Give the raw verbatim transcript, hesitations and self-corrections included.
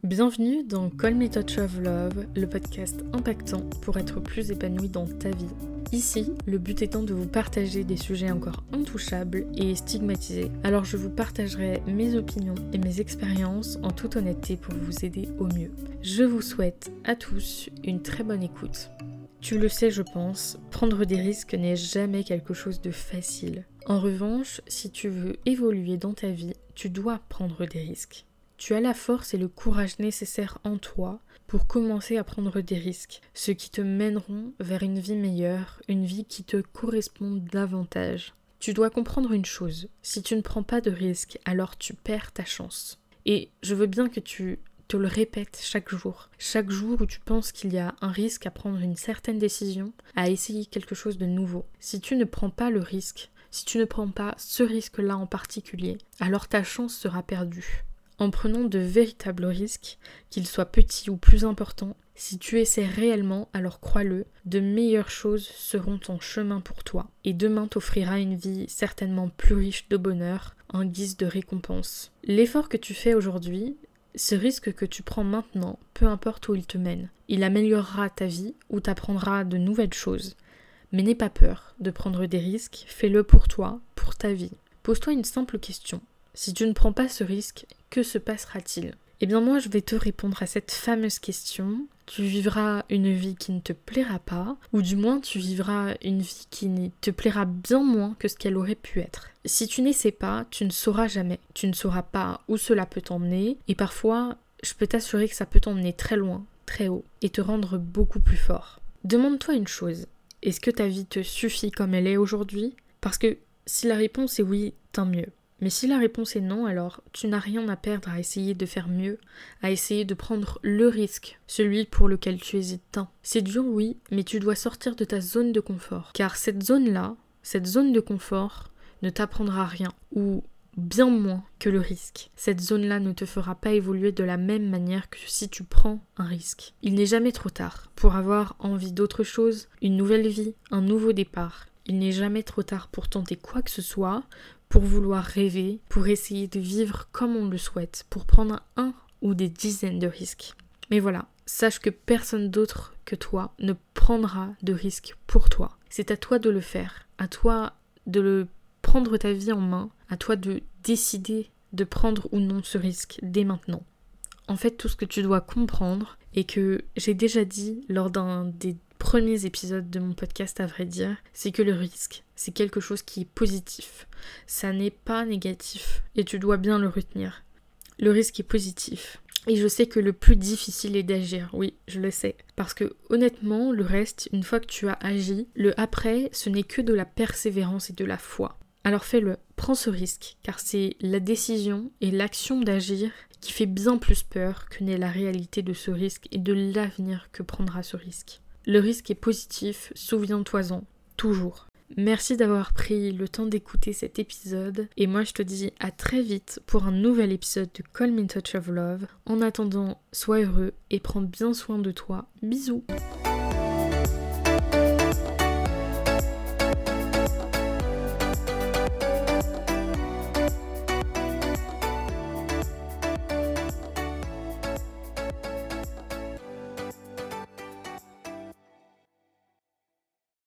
Bienvenue dans Call Me Touch of Love, le podcast impactant pour être plus épanoui dans ta vie. Ici, le but étant de vous partager des sujets encore intouchables et stigmatisés. Alors je vous partagerai mes opinions et mes expériences en toute honnêteté pour vous aider au mieux. Je vous souhaite à tous une très bonne écoute. Tu le sais, je pense, prendre des risques n'est jamais quelque chose de facile. En revanche, si tu veux évoluer dans ta vie, tu dois prendre des risques. Tu as la force et le courage nécessaires en toi pour commencer à prendre des risques, ceux qui te mèneront vers une vie meilleure, une vie qui te correspond davantage. Tu dois comprendre une chose, si tu ne prends pas de risques, alors tu perds ta chance. Et je veux bien que tu te le répètes chaque jour. Chaque jour où tu penses qu'il y a un risque à prendre une certaine décision, à essayer quelque chose de nouveau. Si tu ne prends pas le risque, si tu ne prends pas ce risque-là en particulier, alors ta chance sera perdue. En prenant de véritables risques, qu'ils soient petits ou plus importants, si tu essaies réellement, alors crois-le, de meilleures choses seront en chemin pour toi. Et demain t'offrira une vie certainement plus riche de bonheur, en guise de récompense. L'effort que tu fais aujourd'hui, ce risque que tu prends maintenant, peu importe où il te mène, il améliorera ta vie ou t'apprendra de nouvelles choses. Mais n'aie pas peur de prendre des risques, fais-le pour toi, pour ta vie. Pose-toi une simple question. Si tu ne prends pas ce risque, que se passera-t-il ? Eh bien moi je vais te répondre à cette fameuse question. Tu vivras une vie qui ne te plaira pas, ou du moins tu vivras une vie qui te plaira bien moins que ce qu'elle aurait pu être. Si tu n'essaies pas, tu ne sauras jamais. Tu ne sauras pas où cela peut t'emmener, et parfois je peux t'assurer que ça peut t'emmener très loin, très haut, et te rendre beaucoup plus fort. Demande-toi une chose, est-ce que ta vie te suffit comme elle est aujourd'hui ? Parce que si la réponse est oui, tant mieux. Mais si la réponse est non, alors tu n'as rien à perdre à essayer de faire mieux, à essayer de prendre le risque, celui pour lequel tu hésites tant. C'est dur, oui, mais tu dois sortir de ta zone de confort. Car cette zone-là, cette zone de confort, ne t'apprendra rien, ou bien moins que le risque. Cette zone-là ne te fera pas évoluer de la même manière que si tu prends un risque. Il n'est jamais trop tard pour avoir envie d'autre chose, une nouvelle vie, un nouveau départ. Il n'est jamais trop tard pour tenter quoi que ce soit, pour vouloir rêver, pour essayer de vivre comme on le souhaite, pour prendre un ou des dizaines de risques. Mais voilà, sache que personne d'autre que toi ne prendra de risques pour toi. C'est à toi de le faire, à toi de le prendre ta vie en main, à toi de décider de prendre ou non ce risque dès maintenant. En fait, tout ce que tu dois comprendre, et que j'ai déjà dit lors d'un des premiers épisodes de mon podcast à vrai dire, c'est que le risque, c'est quelque chose qui est positif. Ça n'est pas négatif et tu dois bien le retenir. Le risque est positif. Et je sais que le plus difficile est d'agir, oui, je le sais. Parce que honnêtement, le reste, une fois que tu as agi, le après, ce n'est que de la persévérance et de la foi. Alors fais-le, prends ce risque, car c'est la décision et l'action d'agir qui fait bien plus peur que n'est la réalité de ce risque et de l'avenir que prendra ce risque. Le risque est positif, souviens-toi-en, toujours. Merci d'avoir pris le temps d'écouter cet épisode et moi je te dis à très vite pour un nouvel épisode de Call Me Touch of Love. En attendant, sois heureux et prends bien soin de toi. Bisous.